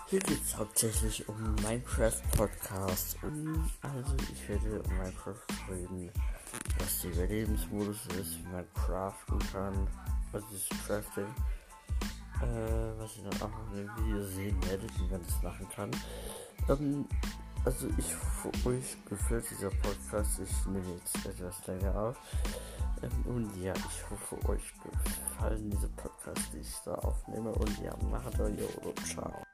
Hier geht es hauptsächlich um Minecraft Podcast. Also ich werde um Minecraft reden, was der Überlebensmodus ist, wie man craften kann, was ist Crafting, was ihr dann auch noch in dem Video sehen werdet, wie man das machen kann. Also ich hoffe, euch gefällt dieser Podcast. Ich nehme jetzt etwas länger auf. Und ja, ich hoffe, euch gefallen diese Podcasts, die ich da aufnehme. Und ja, macht euch ciao.